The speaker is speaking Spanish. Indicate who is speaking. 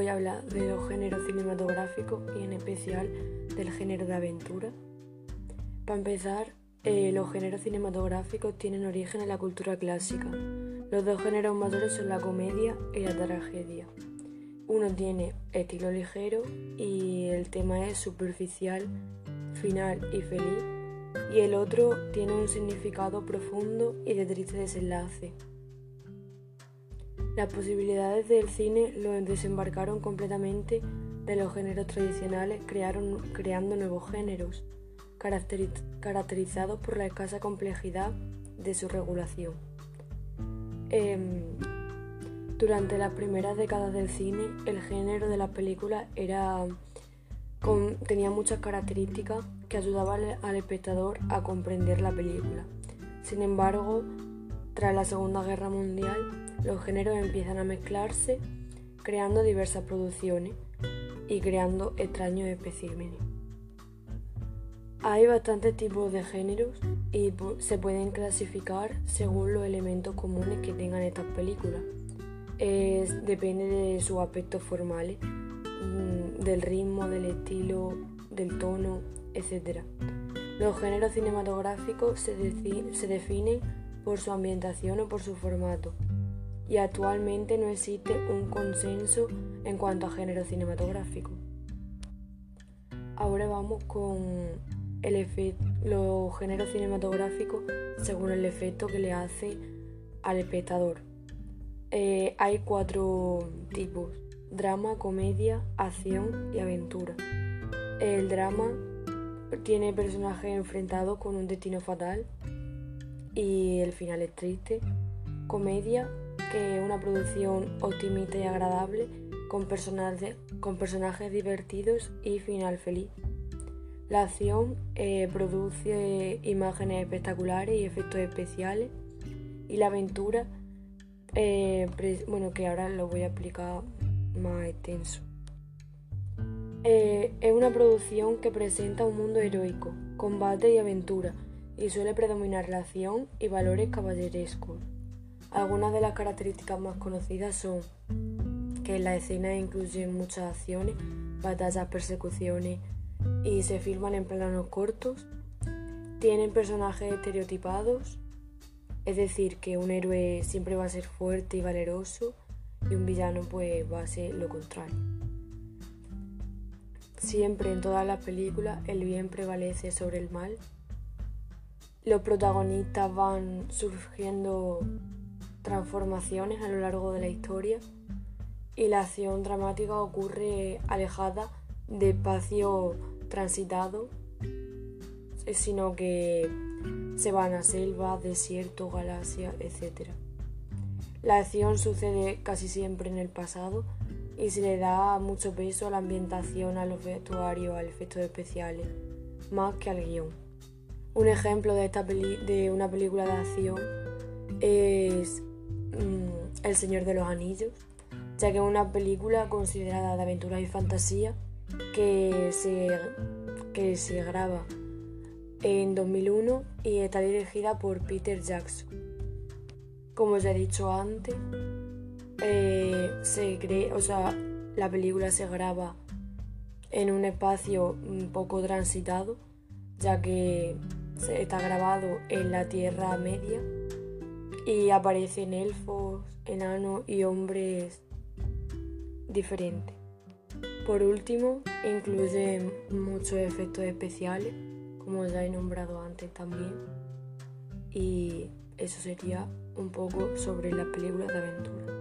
Speaker 1: a hablar de los géneros cinematográficos y en especial del género de aventura. Para empezar, los géneros cinematográficos tienen origen en la cultura clásica. Los dos géneros mayores son la comedia y la tragedia. Uno tiene estilo ligero y el tema es superficial, final y feliz, y el otro tiene un significado profundo y de triste desenlace. Las posibilidades del cine lo desembarcaron completamente de los géneros tradicionales, creando nuevos géneros, caracterizados por la escasa complejidad de su regulación. Durante las primeras décadas del cine, el género de las películas tenía muchas características que ayudaban al espectador a comprender la película. Sin embargo, tras la Segunda Guerra Mundial, los géneros empiezan a mezclarse, creando diversas producciones y creando extraños especímenes. Hay bastantes tipos de géneros y se pueden clasificar según los elementos comunes que tengan estas películas. Depende de sus aspectos formales, del ritmo, del estilo, del tono, etc. Los géneros cinematográficos se definen por su ambientación o por su formato, y actualmente no existe un consenso en cuanto a género cinematográfico. Ahora vamos con los géneros cinematográficos según el efecto que le hace al espectador. Hay 4 tipos: drama, comedia, acción y aventura. El drama tiene personajes enfrentados con un destino fatal y el final es triste. Comedia, que es una producción optimista y agradable con personajes divertidos y final feliz. La acción produce imágenes espectaculares y efectos especiales. Y la aventura, que ahora lo voy a explicar más extenso. Es una producción que presenta un mundo heroico, combate y aventura, y suele predominar la acción y valores caballerescos. Algunas de las características más conocidas son que las escenas incluyen muchas acciones, batallas, persecuciones y se filman en planos cortos. Tienen personajes estereotipados, es decir, que un héroe siempre va a ser fuerte y valeroso y un villano pues va a ser lo contrario. Siempre en todas las películas el bien prevalece sobre el mal. Los protagonistas van surgiendo transformaciones a lo largo de la historia y la acción dramática ocurre alejada de espacio transitado, sino que se van a selvas, desiertos, galaxias, etc. La acción sucede casi siempre en el pasado y se le da mucho peso a la ambientación, a los vestuarios, a los efectos especiales, más que al guión. Un ejemplo de una película de acción es El Señor de los Anillos, ya que es una película considerada de aventura y fantasía que se graba en 2001 y está dirigida por Peter Jackson. Como ya he dicho antes, la película se graba en un espacio un poco transitado, ya que está grabado en la Tierra Media y aparecen elfos, enanos y hombres diferentes. Por último, incluye muchos efectos especiales, como ya he nombrado antes también, y eso sería un poco sobre las películas de aventura.